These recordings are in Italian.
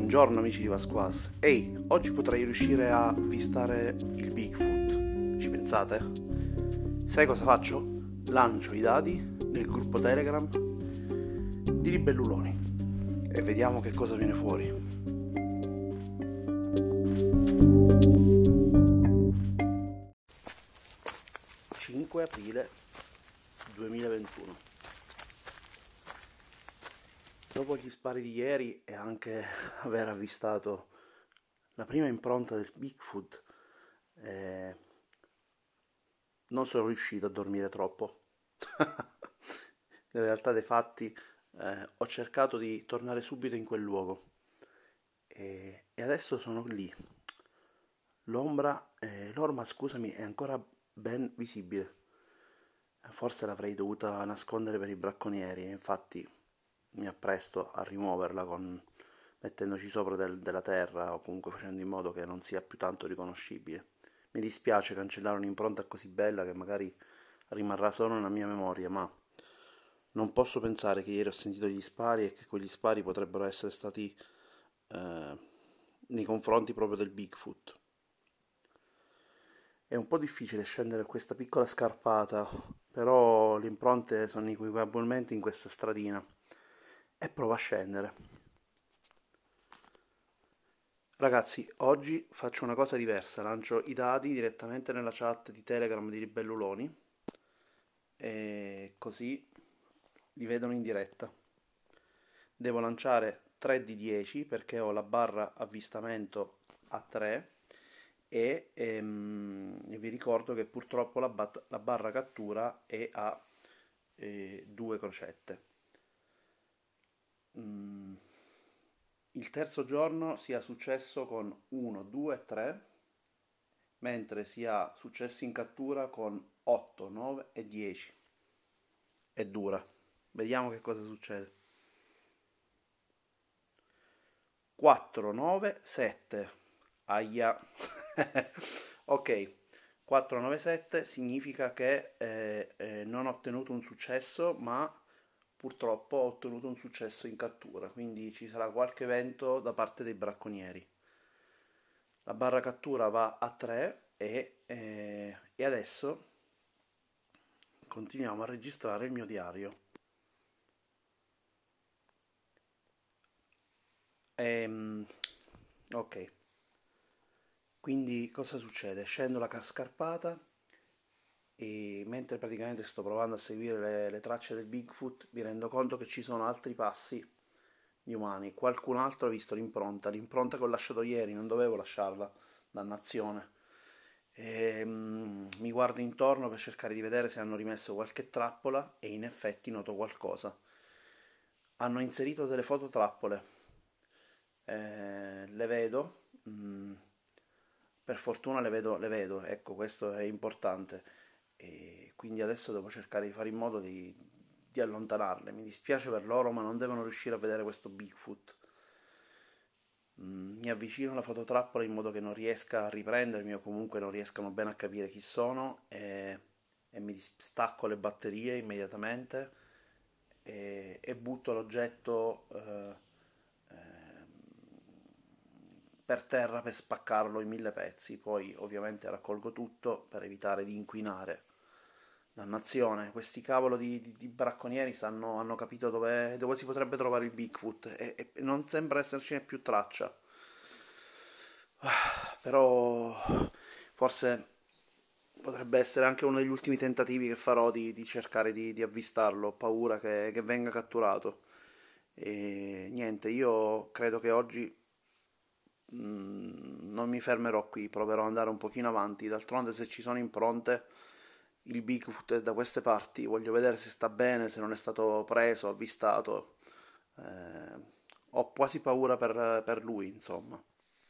Buongiorno amici di Vasquas. Ehi, oggi potrei riuscire a avvistare il Bigfoot. Ci pensate? Sai cosa faccio? Lancio i dati nel gruppo Telegram di Libelluloni e vediamo che cosa viene fuori. 5 aprile 2021. Dopo gli spari di ieri e anche aver avvistato la prima impronta del Bigfoot, non sono riuscito a dormire troppo. In realtà dei fatti ho cercato di tornare subito in quel luogo e adesso sono lì. L'orma, scusami, è ancora ben visibile. Forse l'avrei dovuta nascondere per i bracconieri e infatti mi appresto a rimuoverla mettendoci sopra della terra o comunque facendo in modo che non sia più tanto riconoscibile. Mi dispiace cancellare un'impronta così bella che magari rimarrà solo nella mia memoria, ma non posso pensare che ieri ho sentito gli spari e che quegli spari potrebbero essere stati nei confronti proprio del Bigfoot. È un po' difficile scendere questa piccola scarpata, però le impronte sono equivalentemente in questa stradina e provo a scendere. Ragazzi, oggi faccio una cosa diversa, lancio i dati direttamente nella chat di Telegram di Libelluloni e così li vedono in diretta. Devo lanciare 3 di 10 perché ho la barra avvistamento a 3 e vi ricordo che purtroppo la barra cattura è a 2 crocette. Il terzo giorno sia successo con 1, 2, 3, mentre sia successo in cattura con 8, 9 e 10. È dura. Vediamo che cosa succede. 4, 9, 7. Aia. Ok. 4, 9, 7 significa che non ho ottenuto un successo, ma purtroppo ho ottenuto un successo in cattura, quindi ci sarà qualche evento da parte dei bracconieri. La barra cattura va a 3 e adesso continuiamo a registrare il mio diario. Ok, quindi cosa succede? Scendo la scarpata e mentre praticamente sto provando a seguire le tracce del Bigfoot mi rendo conto che ci sono altri passi di umani. Qualcun altro ha visto l'impronta che ho lasciato ieri, non dovevo lasciarla, dannazione. Mi guardo intorno per cercare di vedere se hanno rimesso qualche trappola e in effetti noto qualcosa. Hanno inserito delle fototrappole, le vedo, per fortuna le vedo, ecco, questo è importante e quindi adesso devo cercare di fare in modo di allontanarle. Mi dispiace per loro, ma non devono riuscire a vedere questo Bigfoot. Mi avvicino alla fototrappola in modo che non riesca a riprendermi o comunque non riescano bene a capire chi sono e mi stacco le batterie immediatamente e butto l'oggetto per terra per spaccarlo in 1000 pezzi. Poi ovviamente raccolgo tutto per evitare di inquinare. Dannazione, questi cavolo di bracconieri hanno capito dove si potrebbe trovare il Bigfoot e non sembra essercene più traccia. Però forse potrebbe essere anche uno degli ultimi tentativi che farò di cercare di avvistarlo. Ho paura che venga catturato. E niente, io credo che oggi non mi fermerò qui, proverò ad andare un pochino avanti. D'altronde, se ci sono impronte, il Bigfoot è da queste parti. Voglio vedere se sta bene, se non è stato preso, avvistato. Ho quasi paura per lui, insomma.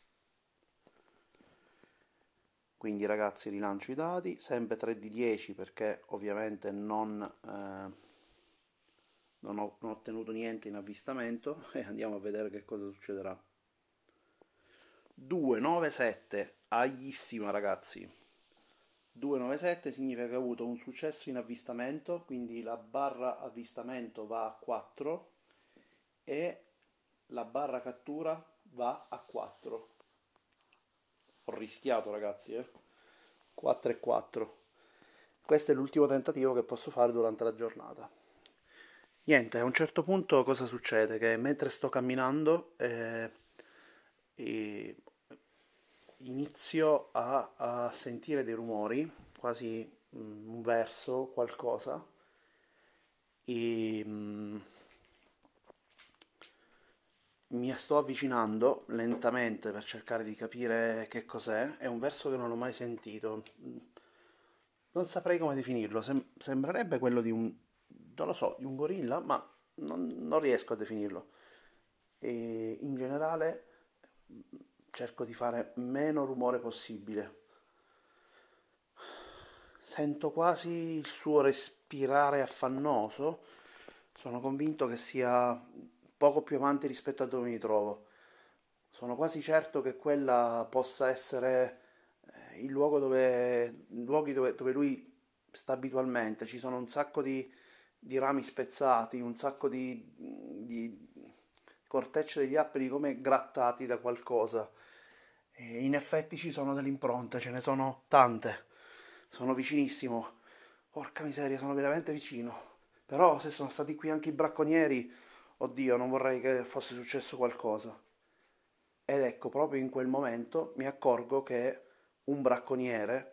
Quindi ragazzi rilancio i dati, sempre 3 di 10 perché ovviamente non ho ottenuto niente in avvistamento e andiamo a vedere che cosa succederà. 297, aglissima ragazzi. 297 significa che ho avuto un successo in avvistamento, quindi la barra avvistamento va a 4 e la barra cattura va a 4. Ho rischiato, ragazzi, 4 e 4. Questo è l'ultimo tentativo che posso fare durante la giornata. Niente, a un certo punto cosa succede? Che mentre sto camminando e inizio a sentire dei rumori, quasi un verso, qualcosa, e mi sto avvicinando lentamente per cercare di capire che cos'è. È un verso che non ho mai sentito. Non saprei come definirlo. Sembrerebbe quello di un, non lo so, di un gorilla, ma non riesco a definirlo. E in generale cerco di fare meno rumore possibile. Sento quasi il suo respirare affannoso. Sono convinto che sia poco più avanti rispetto a dove mi trovo. Sono quasi certo che quella possa essere il luogo luoghi dove lui sta abitualmente. Ci sono un sacco di rami spezzati, un sacco di cortecce degli alberi come grattati da qualcosa. E in effetti ci sono delle impronte, ce ne sono tante. Sono vicinissimo. Porca miseria, sono veramente vicino. Però se sono stati qui anche i bracconieri, oddio, non vorrei che fosse successo qualcosa. Ed ecco, proprio in quel momento mi accorgo che un bracconiere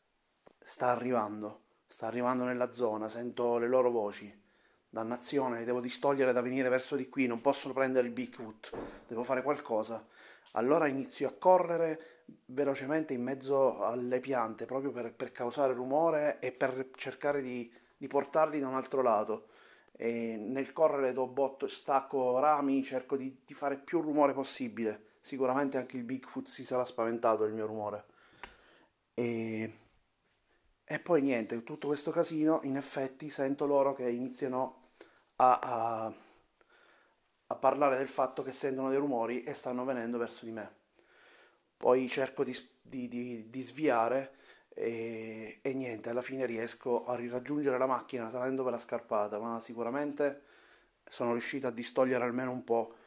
sta arrivando nella zona, sento le loro voci. Dannazione, li devo distogliere da venire verso di qui, non possono prendere il Bigfoot, devo fare qualcosa. Allora inizio a correre velocemente in mezzo alle piante, proprio per causare rumore e per cercare di portarli da un altro lato. E nel correre do botto, stacco rami, cerco di fare più rumore possibile. Sicuramente anche il Bigfoot si sarà spaventato del mio rumore. E, e poi niente, tutto questo casino, in effetti sento loro che iniziano a, a- a parlare del fatto che sentono dei rumori e stanno venendo verso di me. Poi cerco di sviare e niente, alla fine riesco a riraggiungere la macchina salendo per la scarpata, ma sicuramente sono riuscito a distogliere almeno un po'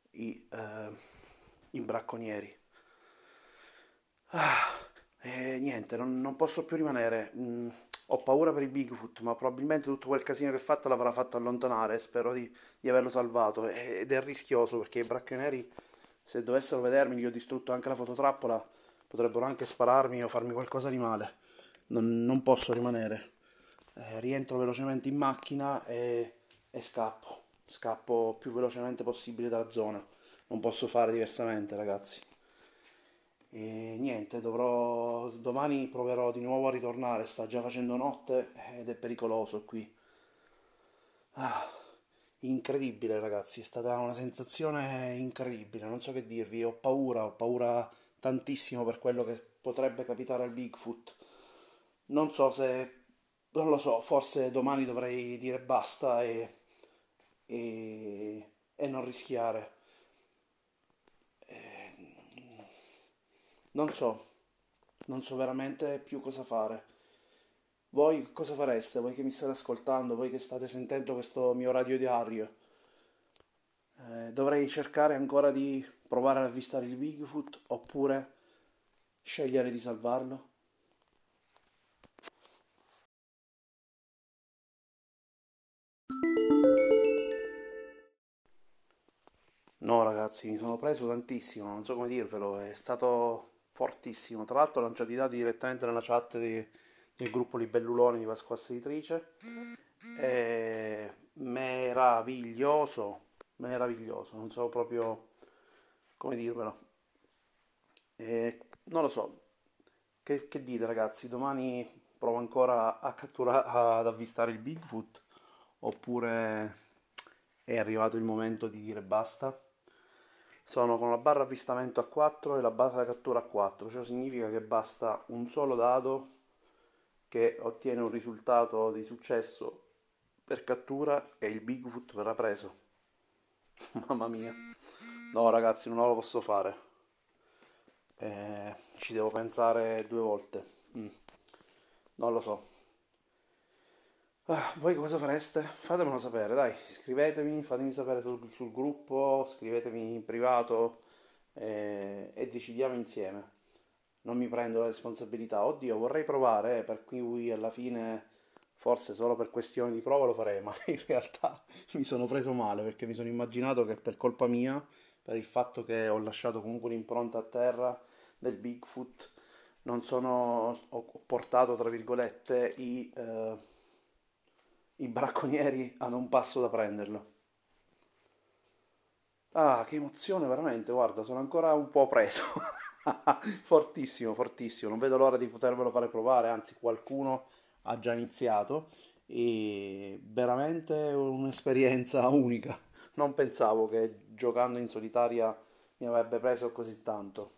i bracconieri. Ah, e niente, non posso più rimanere. Ho paura per i Bigfoot, ma probabilmente tutto quel casino che ha fatto l'avrà fatto allontanare. Spero di averlo salvato. Ed è rischioso perché i bracconieri, se dovessero vedermi, gli ho distrutto anche la fototrappola, potrebbero anche spararmi o farmi qualcosa di male. Non posso rimanere. Rientro velocemente in macchina e scappo. Scappo più velocemente possibile dalla zona. Non posso fare diversamente, ragazzi. E niente, domani proverò di nuovo a ritornare, sta già facendo notte ed è pericoloso qui. Ah, incredibile ragazzi, è stata una sensazione incredibile, non so che dirvi, ho paura tantissimo per quello che potrebbe capitare al Bigfoot. Non so se, non lo so, forse domani dovrei dire basta e non rischiare. Non so, non so veramente più cosa fare. Voi cosa fareste? Voi che mi state ascoltando, voi che state sentendo questo mio radio diario? Dovrei cercare ancora di provare ad avvistare il Bigfoot oppure scegliere di salvarlo? No, ragazzi, mi sono preso tantissimo, non so come dirvelo, è stato fortissimo. Tra l'altro ho lanciato i dati direttamente nella chat del gruppo Libelluloni di Pasquassa Editrice. È meraviglioso, meraviglioso, non so proprio come dirvelo. Non lo so, che dite ragazzi? Domani provo ancora a catturare, ad avvistare il Bigfoot oppure è arrivato il momento di dire basta? Sono con la barra avvistamento a 4 e la barra cattura a 4, ciò significa che basta un solo dado che ottiene un risultato di successo per cattura e il Bigfoot verrà preso. Mamma mia. No ragazzi, non lo posso fare. Ci devo pensare due volte. Mm, non lo so. Voi cosa fareste? Fatemelo sapere, dai, scrivetemi, fatemi sapere sul gruppo, scrivetemi in privato, e decidiamo insieme. Non mi prendo la responsabilità. Oddio, vorrei provare, per cui alla fine, forse solo per questione di prova lo farei, ma in realtà mi sono preso male perché mi sono immaginato che per colpa mia, per il fatto che ho lasciato comunque un'impronta a terra del Bigfoot, non sono, ho portato, tra virgolette, i bracconieri ad un passo da prenderlo. Ah, che emozione, veramente, guarda, sono ancora un po' preso. Fortissimo, fortissimo, non vedo l'ora di potervelo fare provare, anzi qualcuno ha già iniziato e veramente un'esperienza unica. Non pensavo che giocando in solitaria mi avrebbe preso così tanto.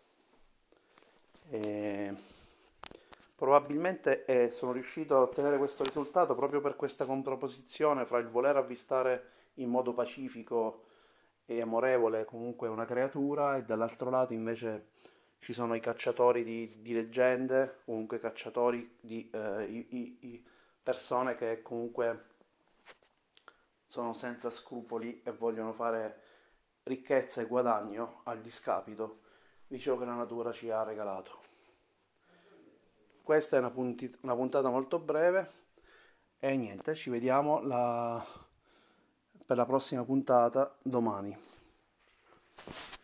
E probabilmente sono riuscito a ottenere questo risultato proprio per questa contrapposizione fra il voler avvistare in modo pacifico e amorevole comunque una creatura e dall'altro lato invece ci sono i cacciatori di leggende, comunque cacciatori di persone che comunque sono senza scrupoli e vogliono fare ricchezza e guadagno al discapito di ciò che la natura ci ha regalato. Questa è una puntata molto breve e niente, ci vediamo per la prossima puntata domani.